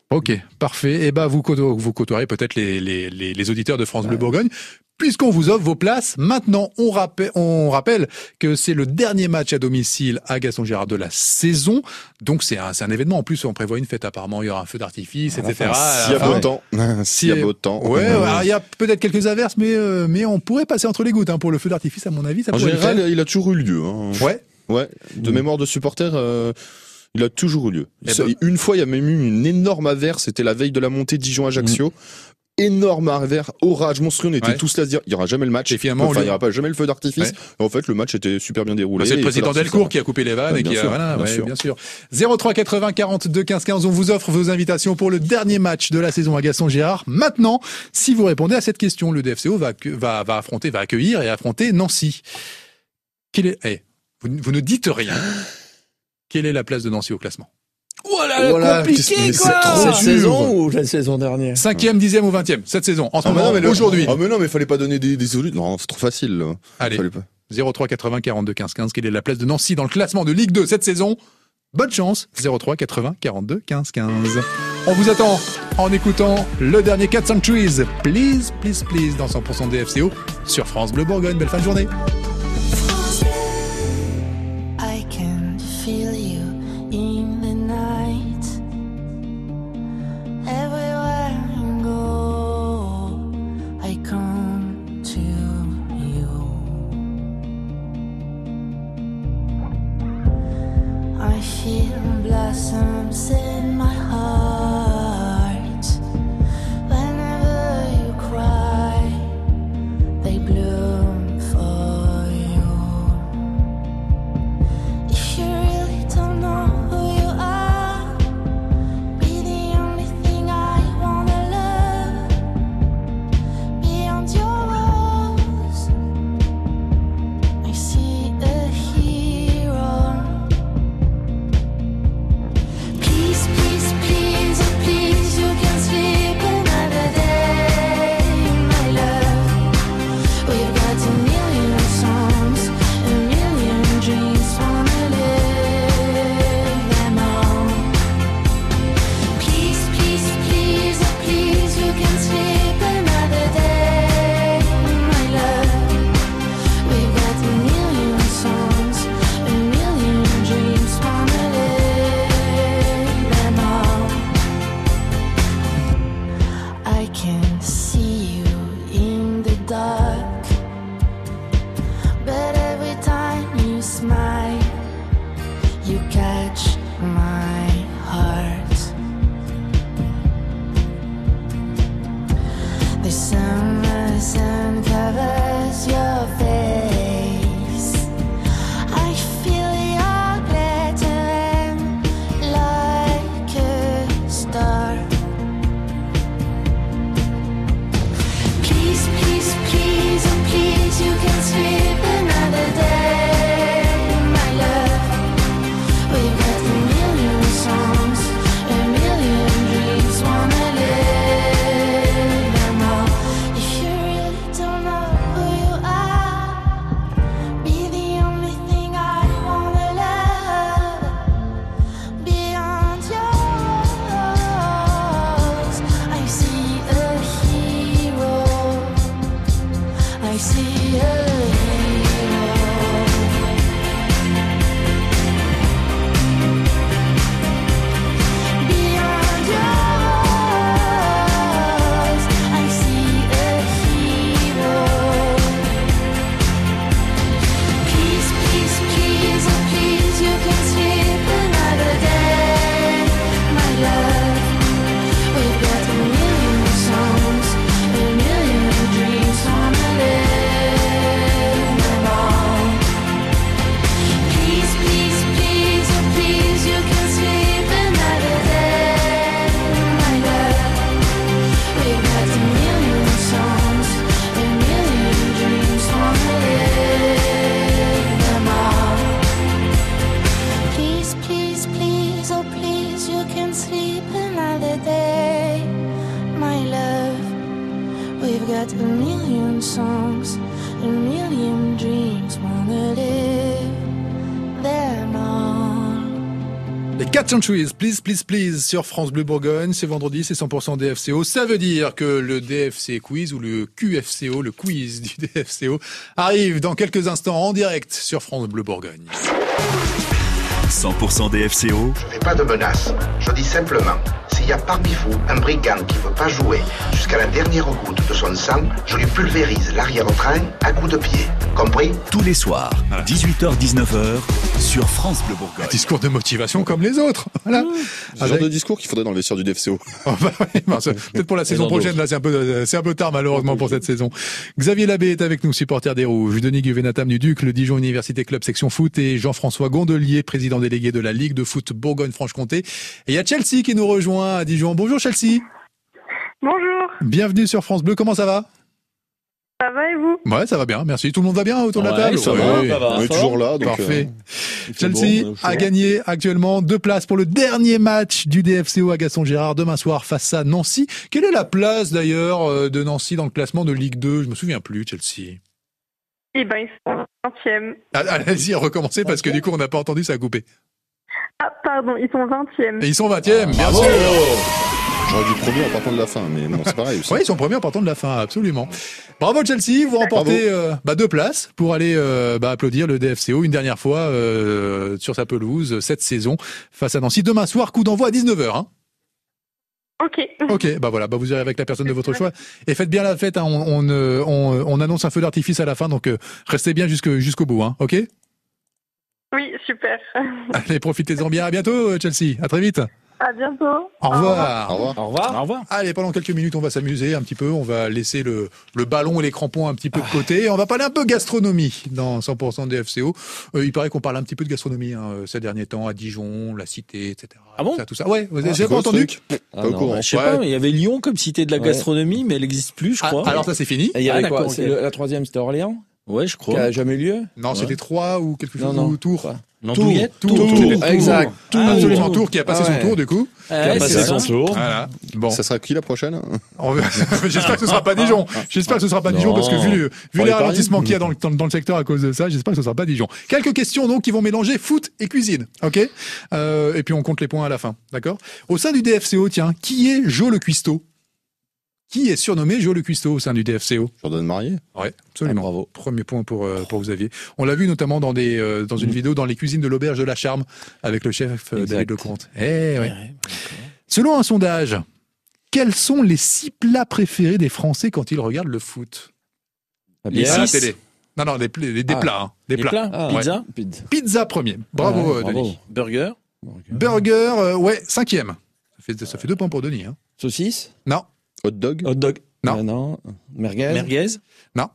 Ok, parfait. Et bah vous, côto- vous côtoierez peut-être les, les, les, les auditeurs de France ouais. Bleu Bourgogne. Puisqu'on vous offre vos places, maintenant on rappelle, on rappelle que c'est le dernier match à domicile à Gaston-Gérard de la saison. Donc c'est un, c'est un événement. En plus, on prévoit une fête apparemment. Il y aura un feu d'artifice, enfin, et cetera. S'il y a beau temps. S'il y a beau temps. Ouais, alors, il y a peut-être quelques averses, mais, euh, mais on pourrait passer entre les gouttes hein, pour le feu d'artifice, à mon avis. Ça en général, il a toujours eu lieu. Hein. Ouais. Ouais. De mmh. mémoire de supporters, euh, il a toujours eu lieu. Ça, ben... Une fois, il y a même eu une énorme averse. C'était la veille de la montée Dijon-Ajaccio. Mmh. Énorme averse, orage monstrueux, on était ouais. tous là à se dire il y aura jamais le match, et finalement enfin il y aura pas jamais le feu d'artifice. Ouais. En fait le match était super bien déroulé. Bah, c'est le président Delcourt qui a coupé les vannes ouais, et qui sûr, a voilà, bien, ouais, sûr. bien sûr. zéro trois quatre-vingts quarante-deux quinze quinze, on vous offre vos invitations pour le dernier match de la saison à Gaston-Gérard. Maintenant, si vous répondez à cette question, le D F C O va va va affronter va accueillir et affronter Nancy. Quel est hey, vous, vous ne dites rien. Quelle est la place de Nancy au classement? Voilà, voilà, compliqué quoi. Cette saison ou la saison dernière? Cinquième, dixième ou vingtième cette saison en ce ah moment non, aujourd'hui. Ah mais non mais fallait pas donner des des solutions. Non c'est trop facile. Là. Allez. zéro trois quatre-vingts quarante-deux quinze quinze. Quelle est la place de Nancy dans le classement de Ligue deux cette saison? Bonne chance. zéro trois quatre-vingts quarante-deux quinze quinze. On vous attend en écoutant le dernier Cat Centuries. Please, please, please dans cent pour cent D F C O sur France Bleu Bourgogne. Belle fin de journée. I can feel you in the night. Everywhere you go, I come to you. I feel blossoms in my heart. Whenever you cry, they bloom for you. If you really don't know who you are, be the only thing I wanna love. Beyond your walls, I see a hero. Please, please, please Cat Centuries, please, please, please, sur France Bleu Bourgogne. C'est vendredi, c'est cent pour cent D F C O. Ça veut dire que le D F C Quiz ou le Q F C O, le quiz du D F C O, arrive dans quelques instants en direct sur France Bleu Bourgogne. cent pour cent D F C O. Je fais pas de menace. Je dis simplement, s'il y a parmi vous un brigand qui veut pas jouer jusqu'à la dernière goutte de son sang, je lui pulvérise l'arrière-train à coups de pied. Compris? Tous les soirs, dix-huit heures dix-neuf heures, sur France Bleu Bourgogne. Un discours de motivation comme les autres. Voilà. C'est le genre de discours qu'il faudrait dans le vestiaire du D F C O. Oh bah oui, bah c'est- peut-être pour la saison prochaine, là, c'est un peu, c'est un peu tard, malheureusement, pour cette saison. Xavier Labbé est avec nous, supporter des Rouges. Denis Guvenatam du Duc, le Dijon Université Club section foot, et Jean-François Gondelier, président délégué de la Ligue de foot Bourgogne-Franche-Comté. Et il y a Chelsea qui nous rejoint à Dijon. Bonjour Chelsea. Bonjour, Bienvenue sur France Bleu. Comment ça va? ça va et vous? Ouais, ça va bien, merci. Tout le monde va bien autour de la Ouais, table? ça va, Oui. ça va. On est toujours là, donc. Parfait. euh, Chelsea bon, a gagné actuellement deux places pour le dernier match du D F C O à Gaston-Gérard demain soir face à Nancy. Quelle est la place d'ailleurs euh, de Nancy dans le classement de Ligue deux? Je me souviens plus, Chelsea. Eh ben, ils sont vingtième. Ah, Allez-y, recommencez parce que du coup on n'a pas entendu, ça a coupé. Ah, pardon, ils sont vingtième. Et ils sont vingtième, bien bravo. sûr. J'aurais dit premier en partant de la fin, mais bon, c'est pareil aussi. Oui, ils sont premiers en partant de la fin, absolument. Bravo Chelsea, vous remportez euh, bah, deux places pour aller euh, bah, applaudir le D F C O une dernière fois euh, sur sa pelouse cette saison face à Nancy. Demain soir, coup d'envoi à dix-neuf heures. Hein. Ok. Ok, bah voilà, bah vous irez avec la personne de votre choix et faites bien la fête. Hein, on, on, euh, on, on annonce un feu d'artifice à la fin, donc euh, restez bien jusque, jusqu'au bout. Hein, ok. Oui, super. Allez, profitez-en bien. À bientôt, euh, Chelsea. À très vite. À bientôt. Au revoir. Au revoir. Au revoir. Au revoir. Allez, pendant quelques minutes, on va s'amuser un petit peu. On va laisser le, le ballon et les crampons un petit peu de côté. Et on va parler un peu gastronomie dans cent pour cent D F C O. Euh, il paraît qu'on parle un petit peu de gastronomie hein, ces derniers temps à Dijon, la Cité, et cetera. Ah bon? Ça, tout ça. Ouais, vous Ah, avez c'est pas quoi ce entendu? truc Ah Pas au non, courant. Je sais Ouais. pas, il y avait Lyon comme cité de la Ouais. gastronomie, mais elle n'existe plus, je Ah, crois. alors ça, c'est fini. Et il y avait Ah, quoi d'accord, C'est ok. le- La troisième, c'était Orléans Ouais, je Qui crois. a jamais eu lieu Non, Ouais. c'était trois ou quelque chose. Non, non. ou Tours. L'Andouillette Tours. Tours. Tours. Tours. Exact. Tours. Ah, Absolument. Tours. Tours qui a passé Ah ouais. son tour, du coup. Ouais, Qui a passé c'est son ça. tour. Voilà. Bon. Ça sera qui la prochaine? On va- j'espère que ce sera pas Dijon. J'espère que ce sera pas Non. Dijon parce que vu, vu Pour les les paris. ralentissements qu'il y a dans le, dans, dans le secteur à cause de ça, j'espère que ce sera pas Dijon. Quelques questions donc qui vont mélanger foot et cuisine, ok euh, Et puis on compte les points à la fin, d'accord? Au sein du D F C O, tiens, qui est Jo le Cuistot? Qui est surnommé Jo le Cuistot au sein du D F C O? Jordan Marié. Ouais, absolument. Ah, bravo. Premier point pour euh, pour Xavier. On l'a vu notamment dans des euh, dans une vidéo dans les cuisines de l'auberge de la Charme avec le chef euh, Exact. David Lecomte. Eh ouais. Selon un sondage, quels sont les six plats préférés des Français quand ils regardent le foot? La À la bière. télé. Non, non, des, pla- des, des Ah. plats. Hein. Des Les plats. plats, Ah, pizza, Pizza. Pizza premier. Bravo, Ah, euh, bravo. Denis. burger, Burger, euh, ouais, cinquième. Ça fait, ça fait deux points pour Denis. Hein. Saucisse Non, Hot dog. Hot dog Non. Ah, non. Merguez merguez. non.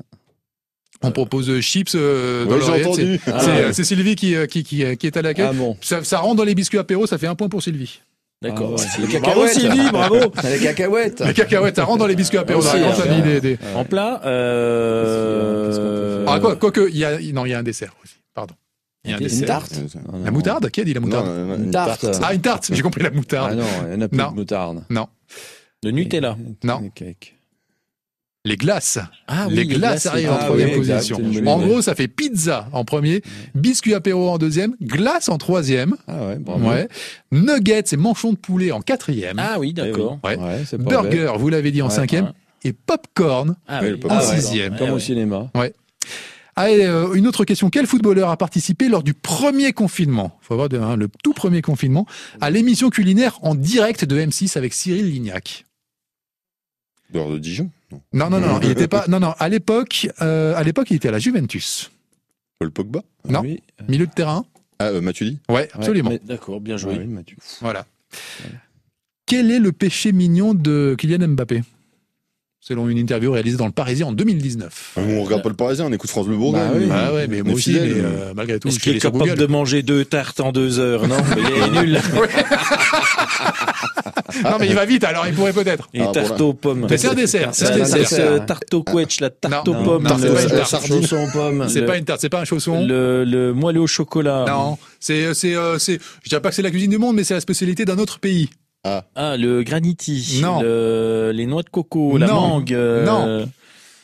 On propose euh, chips euh, dans Ouais, j'ai l'oreillette. entendu. C'est Ah, c'est, ouais. euh, c'est Sylvie qui, euh, qui, qui, euh, qui est à l'accueil. Ah bon. Ça, ça rentre dans les biscuits apéro, ça fait un point pour Sylvie. D'accord. Ah, ouais. Sylvie. Les Bravo cacahuètes. Sylvie, bravo. Les cacahuètes Les cacahuètes, ça rentre dans les biscuits apéro. Aussi, Dans la grande hein. famille des, des- En plat, euh... Qu'est-ce qu'on peut faire Ah, quoi, quoi que, il y a, non, il y a un dessert aussi. Pardon. Il y a un Une dessert. tarte Euh, La moutarde? Qui a dit la Non, moutarde? non, non, Une une tarte. tarte. Ah, une tarte. J'ai compris la Ah moutarde. non, il n'y en a plus Non. de moutarde. Non. Le Nutella. Non. Les cakes. Les glaces. Ah les glaces arrivent en Ah troisième oui, exact, position. c'est une bonne En idée. gros, ça fait pizza en premier, biscuit apéro en deuxième, glace en troisième, Ah ouais, bravo. ouais, nuggets et manchons de poulet en quatrième, Ah oui, d'accord. ouais. Ouais, c'est pas burger, vous l'avez dit en Ouais, cinquième, ouais. et popcorn Ah Oui, oui, le en popcorn. Ah ouais, sixième. Comme Ouais, au ouais. cinéma. Allez, euh, une autre question. Quel footballeur a participé lors du premier confinement, faut avoir de, hein, le tout premier confinement, à l'émission culinaire en direct de M six avec Cyril Lignac? Dehors de Dijon. Non. Non, non, non, il était pas, non, non, à l'époque, euh, à l'époque, il était à la Juventus. Paul Pogba. Non. Oui. Milieu de terrain. Ah, euh, Matuidi. Ouais, absolument. mais- D'accord, bien Ah joué. oui, Mathieu. Voilà. Quel est le péché mignon de Kylian Mbappé? Selon une interview réalisée dans le Parisien en deux mille dix-neuf. Ah, on regarde pas le Parisien, on écoute France Bleu Bourgogne. Bah oui. Ah ouais, mais On moi est aussi, fidèles. mais euh, malgré tout, Est-ce je suis qu'il est allé sur capable Google. de manger deux tartes en deux heures? Non, il est nul. Non, mais il va vite, alors il pourrait peut-être. Et Ah, tarte voilà. aux pommes. Mais c'est un dessert, c'est un La dessert. tarte, euh, tarte aux quetch, la tarte Non, aux non, pommes. non, c'est le- pas une Euh, tarte. Chausson aux pommes. C'est Le- pas une tarte, c'est pas un chausson. Le, le moelleux au chocolat. Non, c'est, c'est, euh, c'est, je dirais pas que c'est la cuisine du monde, mais c'est la spécialité d'un autre pays. Ah, Ah, le graniti. Non. Le- les noix de coco, la Non. mangue. euh, Non.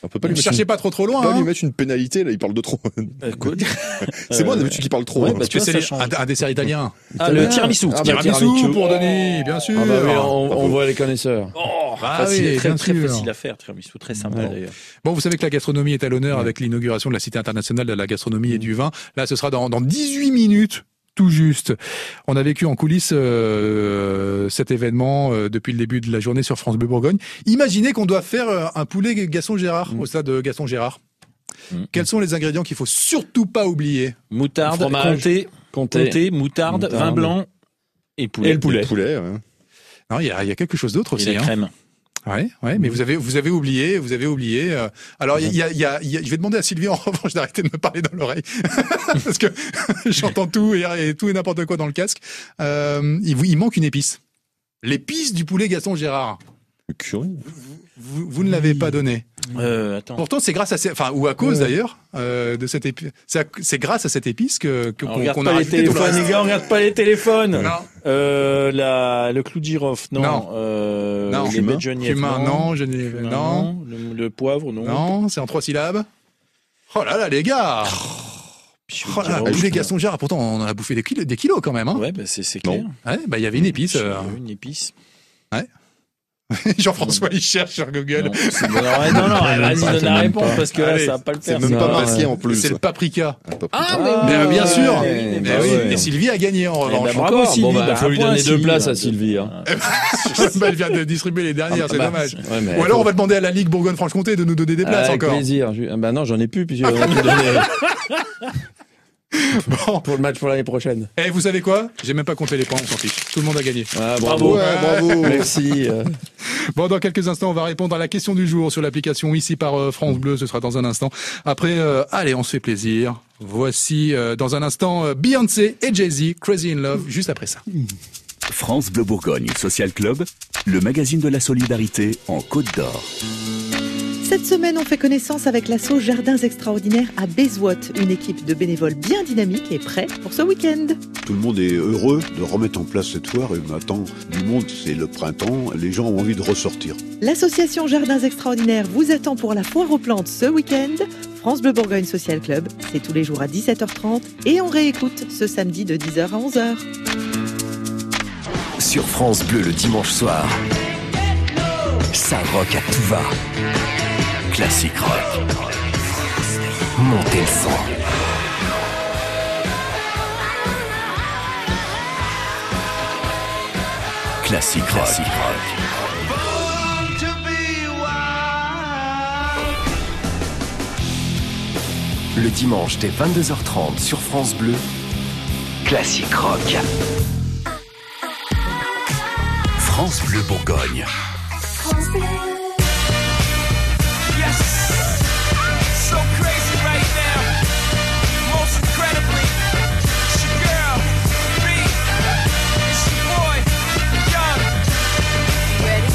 On peut pas Ne lui cherchez mettre pas trop trop une... loin. pas hein. lui mettre une pénalité, là, il parle de trop. Écoute. C'est moi d'habitude qui parle trop. Ouais, hein. parce Parce que ça, c'est ça les- change. un, un dessert italien. Ah, le tiramisu. Ah, bah, Tiramisu tiramisu. pour Denis, bien sûr. Ah bah oui, on, on voit les connaisseurs. Oh, Ah facile, oui, très, bien très sûr. facile à faire, tiramisu, très sympa Ouais. d'ailleurs. Bon, vous savez que la gastronomie est à l'honneur avec l'inauguration de la Cité internationale de la gastronomie et du vin. Là, ce sera dans, dans dix-huit minutes. Tout juste. On a vécu en coulisses euh, cet événement euh, depuis le début de la journée sur France Bleu Bourgogne. Imaginez qu'on doit faire euh, un poulet Gaston Gérard Mmh. au stade de Gaston Gérard. Mmh. Quels sont les ingrédients qu'il faut surtout pas oublier? Moutarde, Fromage. comté, Comté. comté, moutarde, Moutarde. vin blanc et poulet. Et le poulet. Le poulet, ouais. Non, il y a, il y a quelque chose d'autre Et aussi. la hein. crème. Ouais, ouais, mais vous avez, vous avez oublié, vous avez oublié. euh, alors, il y a, il y a, il y a- je vais demander à Sylvie en revanche d'arrêter de me parler dans l'oreille parce que j'entends tout et, et tout et n'importe quoi dans le casque. Euh, il, vous- il manque une épice. L'épice du poulet Gaston Gérard. Le curry. Vous, vous ne l'avez pas donné. Euh, attends. Pourtant, c'est grâce à, ces- enfin, ou à cause Ouais. d'ailleurs euh, de cette épice. C'est, à- c'est grâce à cette épice que que- On qu'on, regarde qu'on a pas les rajouté tout le téléphones, reste. les gars, on regarde pas les téléphones. Non, Euh, la, le clou de girofle, non. Non. Euh, Non. les Cumin. baies de genièvre, Cumin, non, Genève, Cumin, non. Le, le poivre, non. non, c'est en trois syllabes. Oh là là, les gars. Puis Oh là là, girofle, poulet Gaston Gérard. Pourtant, on en a bouffé des kilos, des kilos quand même. Hein. Ouais, bah c'est, c'est clair. Ouais, bah il y avait une épice. euh. Une épice. Jean-François, il cherche sur Google. Non, c'est- non, non, non, non, vas-y, pas, donne c'est la même réponse pas. parce que là, Allez, ça va pas le C'est faire. même ça. pas Non, marqué en plus. C'est le paprika. Ah, Mais mais bien oui, sûr. oui, Mais bah oui. ouais. Et Sylvie a gagné en Eh ben, revanche. bravo, Encore Sylvie. Bon, bah, bah, faut un lui point donner à deux Sylvie, places là, à de- Sylvie. Hein. Bah, elle vient de distribuer les dernières, Ah, c'est bah, dommage. Ouais, mais Ou alors faut- on va demander à la Ligue Bourgogne-Franche-Comté de nous donner des places Avec encore. plaisir. Je- Ah bah non, j'en ai plus puisque on va tout donner Bon. pour le match pour l'année prochaine. Et vous savez quoi? J'ai même pas compté les points, on s'en fiche. Tout le monde a gagné. Ah, Bravo. bravo. Ouais, bravo. Merci. euh. Bon, dans quelques instants, on va répondre à la question du jour sur l'application ici par euh, France Bleu. Ce sera dans un instant. Après, euh, allez, on se fait plaisir. Voici euh, dans un instant euh, Beyoncé et Jay-Z, Crazy in Love, juste après ça. France Bleu Bourgogne Social Club, le magazine de la solidarité en Côte d'Or. Cette semaine, on fait connaissance avec l'asso Jardins Extraordinaires à Bézout, une équipe de bénévoles bien dynamique et prêts pour ce week-end. Tout le monde est heureux de remettre en place cette foire et maintenant du monde, c'est le printemps, les gens ont envie de ressortir. L'association Jardins Extraordinaires vous attend pour la foire aux plantes ce week-end. France Bleu Bourgogne Social Club, c'est tous les jours à dix-sept heures trente et on réécoute ce samedi de dix heures à onze heures. Sur France Bleu le dimanche soir, ça rock à tout va. Classique rock. Montez le son. Classique rock. Classique rock. Le dimanche dès vingt-deux heures trente sur France Bleu, Classique rock. France Bleu Bourgogne. So crazy right now. Most incredibly, it's your girl, B. It's your boy, Young. You ready?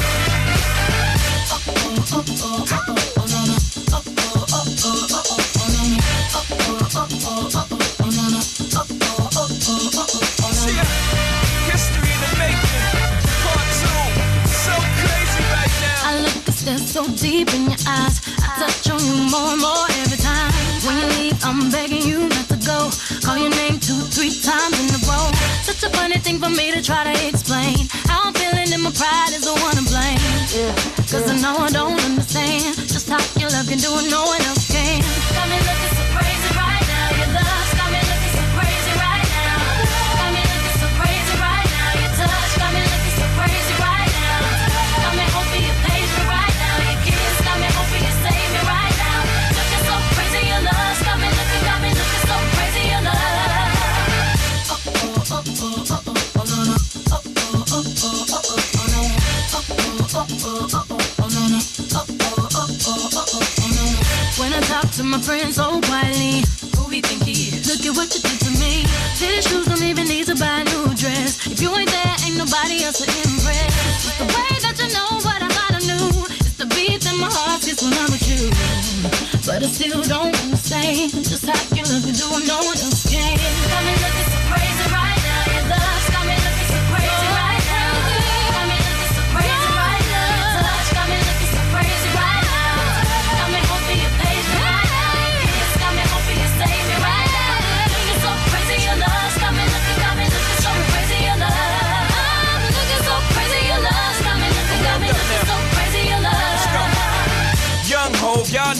See ya. History in the making. Part two. So crazy right now. I look and stare so deep in your eyes. I touch on you more and more every time. When you leave, I'm begging you not to go. Call your name two, three times in a row. Such a funny thing for me to try to explain. How I'm feeling and my pride is the one to blame. Yeah, cause I know I don't understand just how your love can do what no one else can. Got me looking so crazy right now. Your love's got me looking so crazy right now. Got me looking so crazy right now. Your touch got me looking so crazy right now. Got me hoping you page me right now. Your kiss got me hoping you save me right now. Looking so crazy, your love's got me looking, got me looking so crazy, your love. When I talk to my friends so quietly, who we think he is? Look at what you did to me. Tennis shoes don't even need to buy a new dress. If you ain't there, ain't nobody else to impress. It's the way that you know what I thought I knew. It's the beat in my heart gets when I'm with you. But I still don't understand just how you look and do what no one else can. Got me looking so crazy right now. Your love's got me looking so crazy right now. Got me looking so crazy right now. Your touch got me looking so crazy right now. Got me hoping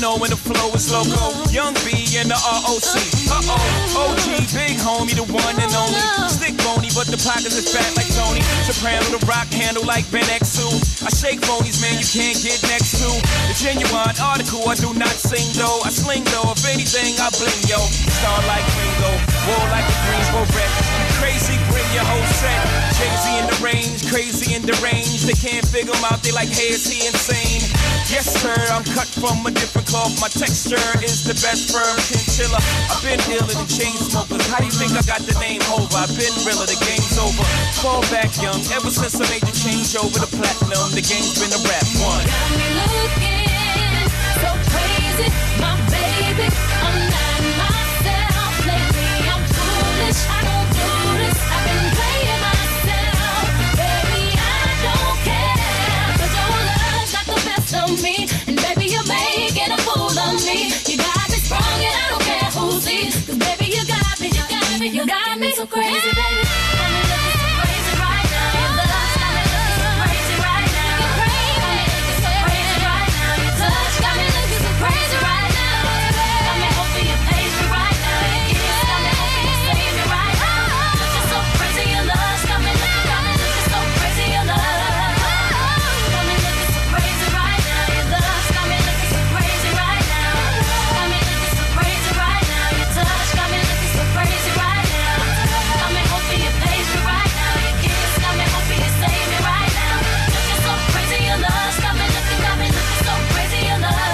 know when the flow is loco. Young B and the R O C. Uh-oh, O G, big homie, the one and only. Stick bony, but the pockets are fat like Tony. Soprano, the rock handle like Ben X two. I shake phonies, man, you can't get next to. The genuine article, I do not sing though. I sling though, if anything, I bling yo. Star like Ringo, war like a Greensboro wreck. Crazy, bring your whole set. Jay-Z in the range, crazy in the range. They can't figure him out, they like, hey, is he insane? Yes, sir, I'm cut from a different cloth. My texture is the best firm chinchilla. I've been dealing in chain smokers. How do you think I got the name over? I've been realer, the game's over. Fall back young, ever since I made the change over to platinum, the game's been a rap one. Got me looking so crazy, my baby. I'm not myself lately. I'm foolish. I don't do this. I've been playing myself, baby. I don't care, 'cause your love's got the best of me, and baby you're making a fool of me. You got me sprung, and I don't care who sees, 'cause baby you got me, you got me, you got me so crazy, baby. I'm looking so crazy right now. Your love's got me looking so crazy right now. You're crazy, so crazy right now. Your touch got me looking so crazy right now. Got me hoping you pays me right now. Your kiss got me hoping you save me right now. Looking so crazy, your love's got me looking, got me looking so crazy, your love. Got me looking so crazy right now. Your love's got me looking so crazy right now. Got me looking so crazy right now. Your touch got me looking so crazy right now. Got me hoping you pays me right now. Your kiss got me hoping you save me right now. Looking so crazy, your love's got me looking, got me looking so crazy, your love.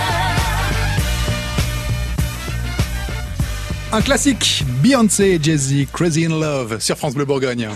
Un classique, Beyoncé et Jay-Z, Crazy in Love, sur France Bleu Bourgogne.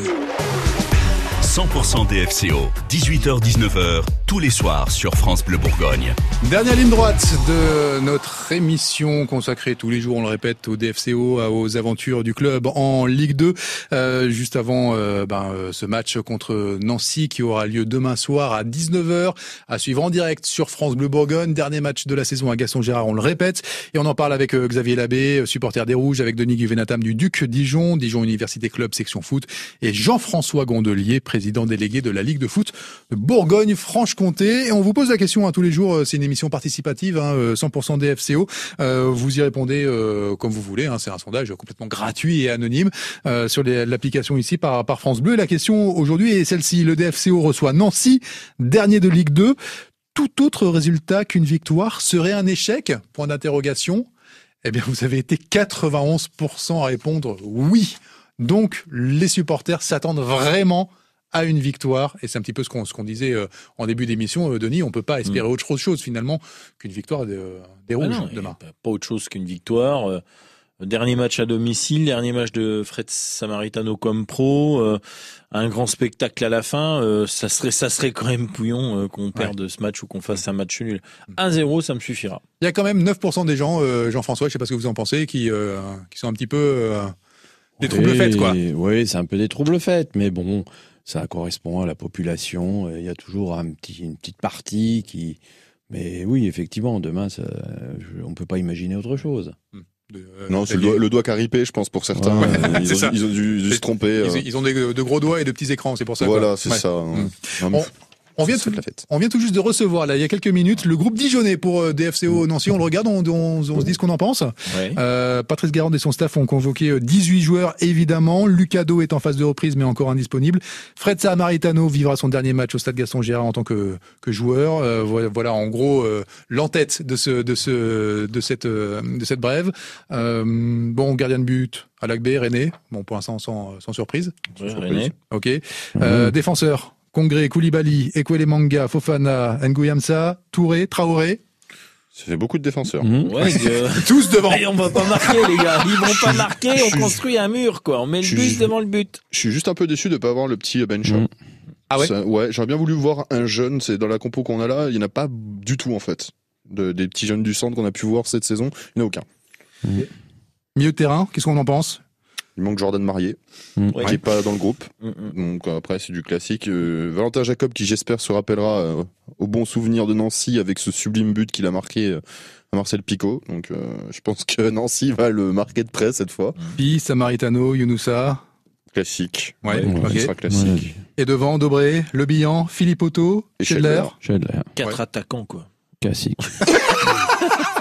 cent pour cent D F C O, dix-huit heures dix-neuf heures, tous les soirs sur France Bleu Bourgogne. Dernière ligne droite de notre émission consacrée tous les jours, on le répète, au D F C O, aux aventures du club en Ligue deux. Euh, juste avant euh, ben, euh, ce match contre Nancy qui aura lieu demain soir à dix-neuf heures, à suivre en direct sur France Bleu Bourgogne. Dernier match de la saison à Gaston-Gérard, on le répète. Et on en parle avec euh, Xavier Labbé, supporter des Rouges, avec Denis Guvenatam du Duc Dijon, Dijon Université Club section foot, et Jean-François Gondelier, président délégué de la Ligue de foot de Bourgogne-Franche-Comté. Et on vous pose la question hein, tous les jours, c'est une émission participative, hein, cent pour cent D F C O. Euh, vous y répondez euh, comme vous voulez, hein, c'est un sondage complètement gratuit et anonyme euh, sur les, l'application ici par, par France Bleu. Et la question aujourd'hui est celle-ci, le D F C O reçoit Nancy, dernier de Ligue deux. Tout autre résultat qu'une victoire serait un échec? Point d'interrogation. Eh bien, vous avez été quatre-vingt-onze pour cent à répondre oui. Donc, les supporters s'attendent vraiment à une victoire. Et c'est un petit peu ce qu'on, ce qu'on disait euh, en début d'émission, euh, Denis. On peut pas espérer mmh. autre chose, finalement, qu'une victoire des, euh, des Rouges ah non, demain. Pas autre chose qu'une victoire. Euh, dernier match à domicile, dernier match de Fred Samaritano comme pro. Euh, un grand spectacle à la fin. Euh, ça serait, ça serait quand même pouillon euh, qu'on perde ouais. ce match ou qu'on fasse un match nul. un zéro, ça me suffira. Il y a quand même neuf pour cent des gens, euh, Jean-François, je sais pas ce que vous en pensez, qui, euh, qui sont un petit peu euh, des oui, troubles faits, quoi. Oui, c'est un peu des troubles faits, mais bon, ça correspond à la population. Il y a toujours un petit, une petite partie qui... Mais oui, effectivement, demain, ça, on ne peut pas imaginer autre chose. De, euh, non, c'est le doigt, le doigt caripé, je pense, pour certains. Ouais, ils, ont, ils ont dû, dû se tromper. Ils, ils ont des, de gros doigts et de petits écrans, c'est pour ça. Voilà, quoi. c'est ouais. ça. Mmh. On, on, vient tout, on vient tout juste de recevoir, là, il y a quelques minutes, le groupe dijonnais pour D F C O Nancy. On le regarde, on, on, on se dit ce qu'on en pense. Ouais. Euh, Patrice Garande et son staff ont convoqué dix-huit joueurs, évidemment. Lucado est en phase de reprise, mais encore indisponible. Fred Samaritano vivra son dernier match au stade Gaston-Gérard en tant que, que joueur. Euh, voilà, voilà, en gros, euh, l'entête de ce, de ce, de cette, euh, de cette brève. Euh, bon, gardien de but, Alak B, René. Bon, pour l'instant, sans, sans surprise. Ouais, sans surprise. René. Ok. Euh, mmh. Défenseur. Congré, Koulibaly, Ekwele Manga, Fofana, Nguyamsa, Touré, Traoré. Ça fait beaucoup de défenseurs. Mmh. Ouais, euh... tous devant. Et on va pas marquer, les gars. Ils vont pas marquer, on construit un mur, quoi. On met le but devant le but. Je suis juste un peu déçu de pas avoir le petit bench. Mmh. Ah ouais? Ça, ouais, j'aurais bien voulu voir un jeune. C'est dans la compo qu'on a là, il n'y en a pas du tout, en fait. De, des petits jeunes du centre qu'on a pu voir cette saison, il n'y en a aucun. Mmh. Milieu de terrain, qu'est-ce qu'on en pense? Il manque Jordan Marié, mmh. qui n'est pas dans le groupe. Mmh. Donc après, c'est du classique. Euh, Valentin Jacob, qui j'espère se rappellera euh, au bon souvenir de Nancy avec ce sublime but qu'il a marqué euh, à Marcel Picot. Donc euh, je pense que Nancy va le marquer de près cette fois. Puis Samaritano, Younoussa. Classique. Ouais, ouais, okay. Ce sera classique. Ouais. Et devant, Dobré, Le Bihan, Philippe Otto, Schedler. Schedler. Quatre ouais. attaquants, quoi. Classique.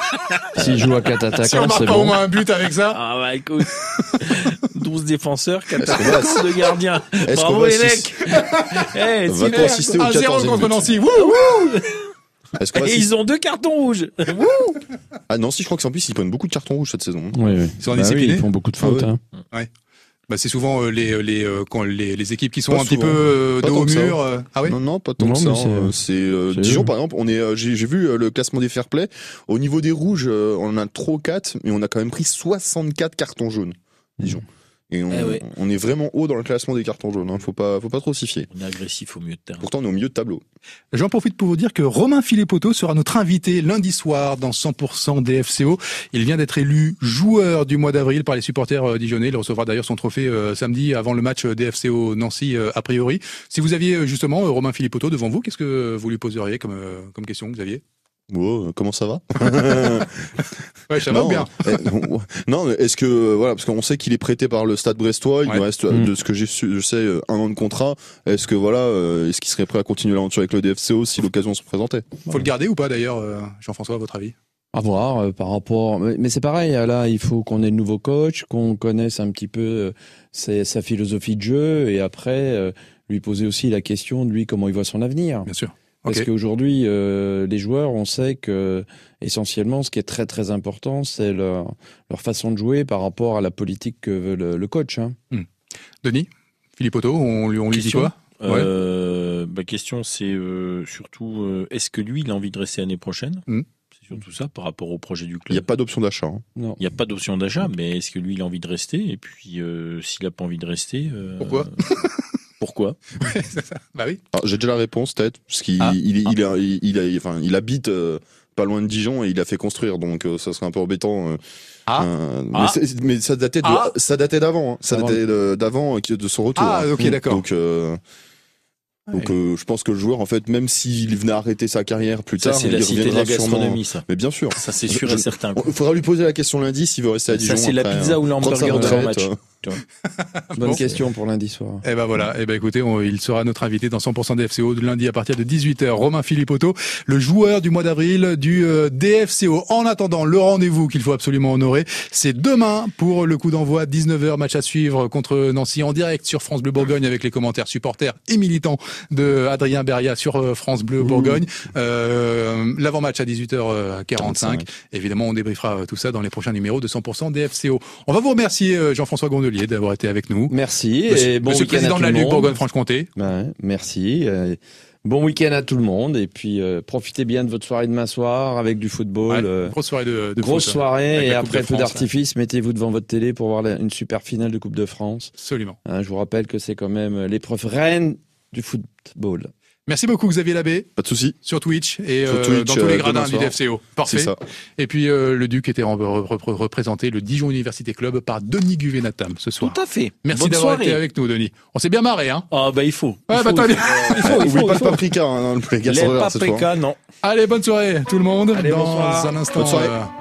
S'il joue à quatre attaquants, si on marque c'est pas bon. au moins un but avec ça. Ah bah écoute, douze défenseurs, quatre attaquants, deux gardiens. Est-ce qu'on Bravo va les assist- mecs. Eh, Va-t-on super. assister au un zéro quatorzième contre but? Nancy. Wouh, wouh. Est-ce qu'on va Et assister- ils ont deux cartons rouges. Wouh. Ah non, si je crois que c'est en plus ils prennent beaucoup de cartons rouges cette saison. Oui, oui. Ils sont Bah indisciplinés. oui, ils font beaucoup de fautes. Ah ouais. hein. Ouais. Bah c'est souvent euh, les les euh, quand les, les équipes qui sont Pas un petit souvent. peu euh, Pas dos tant au que ça. mur. euh, Ah oui. Non, non, pas tant Non, que ça. mais c'est- hein. C'est euh, c'est Dijon eux. par exemple. On est, euh, j'ai j'ai vu euh, le classement des fair play. Au niveau des rouges, euh, on en a trois ou quatre, mais on a quand même pris soixante-quatre cartons jaunes. Dijon. Et on, Eh ouais. on est vraiment haut dans le classement des cartons jaunes. Hein. Faut pas, faut pas trop s'y fier. On est agressif au milieu de terrain. Pourtant, on est au milieu de tableau. J'en profite pour vous dire que Romain Philipotto sera notre invité lundi soir dans cent pour cent D F C O. Il vient d'être élu joueur du mois d'avril par les supporters euh, dijonnais. Il recevra d'ailleurs son trophée euh, samedi avant le match euh, D F C O Nancy euh, a priori. Si vous aviez euh, justement euh, Romain Philipotto devant vous, qu'est-ce que vous lui poseriez comme, euh, comme question, Xavier? Oh, euh, comment ça va? Ouais, ça va non, ou bien? euh, non, mais est-ce que euh, voilà, parce qu'on sait qu'il est prêté par le Stade Brestois, il Ouais. lui reste euh, Mm. de ce que j'ai su, je sais, euh, un an de contrat. Est-ce que voilà, euh, est-ce qu'il serait prêt à continuer l'aventure avec le D F C O si l'occasion se présentait? Faut le garder ou pas d'ailleurs, euh, Jean-François, à votre avis? À voir euh, par rapport. Mais, mais c'est pareil, là, il faut qu'on ait le nouveau coach, qu'on connaisse un petit peu euh, ses- sa philosophie de jeu, et après euh, lui poser aussi la question de lui comment il voit son avenir. Bien sûr. Parce Ok. qu'aujourd'hui, euh, les joueurs, on sait que essentiellement, ce qui est très très important, c'est leur, leur façon de jouer par rapport à la politique que veut le, le coach. Hein. Denis Philipotto, on lui, on lui dit Question. quoi? Ouais. Euh, ma question, c'est euh, surtout, euh, est-ce que lui, il a envie de rester l'année prochaine? Mm. C'est surtout ça, par rapport au projet du Il n'y club. a pas d'option d'achat. Hein. Non. Il n'y a pas d'option d'achat, mais est-ce que lui, il a envie de rester? Et puis, euh, s'il n'a pas envie de rester... euh, Pourquoi? Pourquoi? C'est ça. Bah oui. Alors, j'ai déjà la réponse, peut-être, parce qu'il Ah. il, il, il, a- il, il a- enfin, il habite euh, pas loin de Dijon et il a fait construire, donc euh, ça serait un peu embêtant. euh, Ah. euh, mais, Ah. c'est- mais ça datait de, Ah. ça datait d'avant, hein. ça Avant. datait de- d'avant euh, de son retour. Ah, hein. ok, d'accord. Donc, euh, donc euh, je pense que le joueur, en fait, même s'il venait arrêter sa carrière plus Ça, tard, c'est il la cité de la reviendra sûrement. gastronomie, ça. Mais bien sûr. Ça, c'est sûr Je- et certain. quoi. Il faudra lui poser la question lundi s'il veut rester à Dijon. Ça, c'est la après, pizza hein. ou Prendre sa l'hamburger devant le retraite, match. euh. Tu vois. Bonne Bon. question pour lundi soir. Eh ben voilà, eh ben écoutez, on- il sera notre invité dans cent pour cent D F C O de lundi à partir de dix-huit heures. Romain Philipotto, le joueur du mois d'avril du euh, D F C O. En attendant, le rendez-vous qu'il faut absolument honorer, c'est demain pour le coup d'envoi, dix-neuf heures, match à suivre contre Nancy en direct sur France Bleu Bourgogne avec les commentaires supporters et militants de Adrien Beria sur euh, France Bleu Bourgogne. Euh, l'avant-match à dix-huit heures quarante-cinq. Évidemment, on débriefera euh, tout ça dans les prochains numéros de cent pour cent D F C O. On va vous remercier, euh, Jean-François Gondelier, d'avoir été avec nous. Merci. Monsieur, et bon monsieur le week-end président à de la tout le Ligue monde. Bourgogne-Franche-Comté. Ben, merci. euh, Bon week-end à tout le monde et puis euh, profitez bien de votre soirée demain soir avec du football. Ouais, euh, grosse soirée de, de grosse foot, soirée avec et la Coupe après de feu France, d'artifice, mettez-vous devant votre télé pour voir la- une super finale de Coupe de France. Absolument. Hein, je vous rappelle que c'est quand même l'épreuve reine du football. Merci beaucoup Xavier Labbé. Pas de souci. Sur Twitch et Sur euh, Twitch, dans tous euh, les demain gradins du soir. D F C O. Parfait. C'est ça. Et puis euh, le Duc était en- re- re- représenté, le Dijon Université Club, par Denis Guvenatam ce soir. Tout à fait. Merci Bonne d'avoir soirée. été avec nous, Denis. On s'est bien marré, hein. Ah, bah, il faut. Ouais, Il bah, faut, attendez. il faut, il faut, il Oublie faut, pas il le faut. paprika, hein, les gars, Les sans regard, cette fois. paprikas, non. Allez, bonne soirée tout le monde. Allez, dans bonsoir. un instant. Bonne soirée. euh,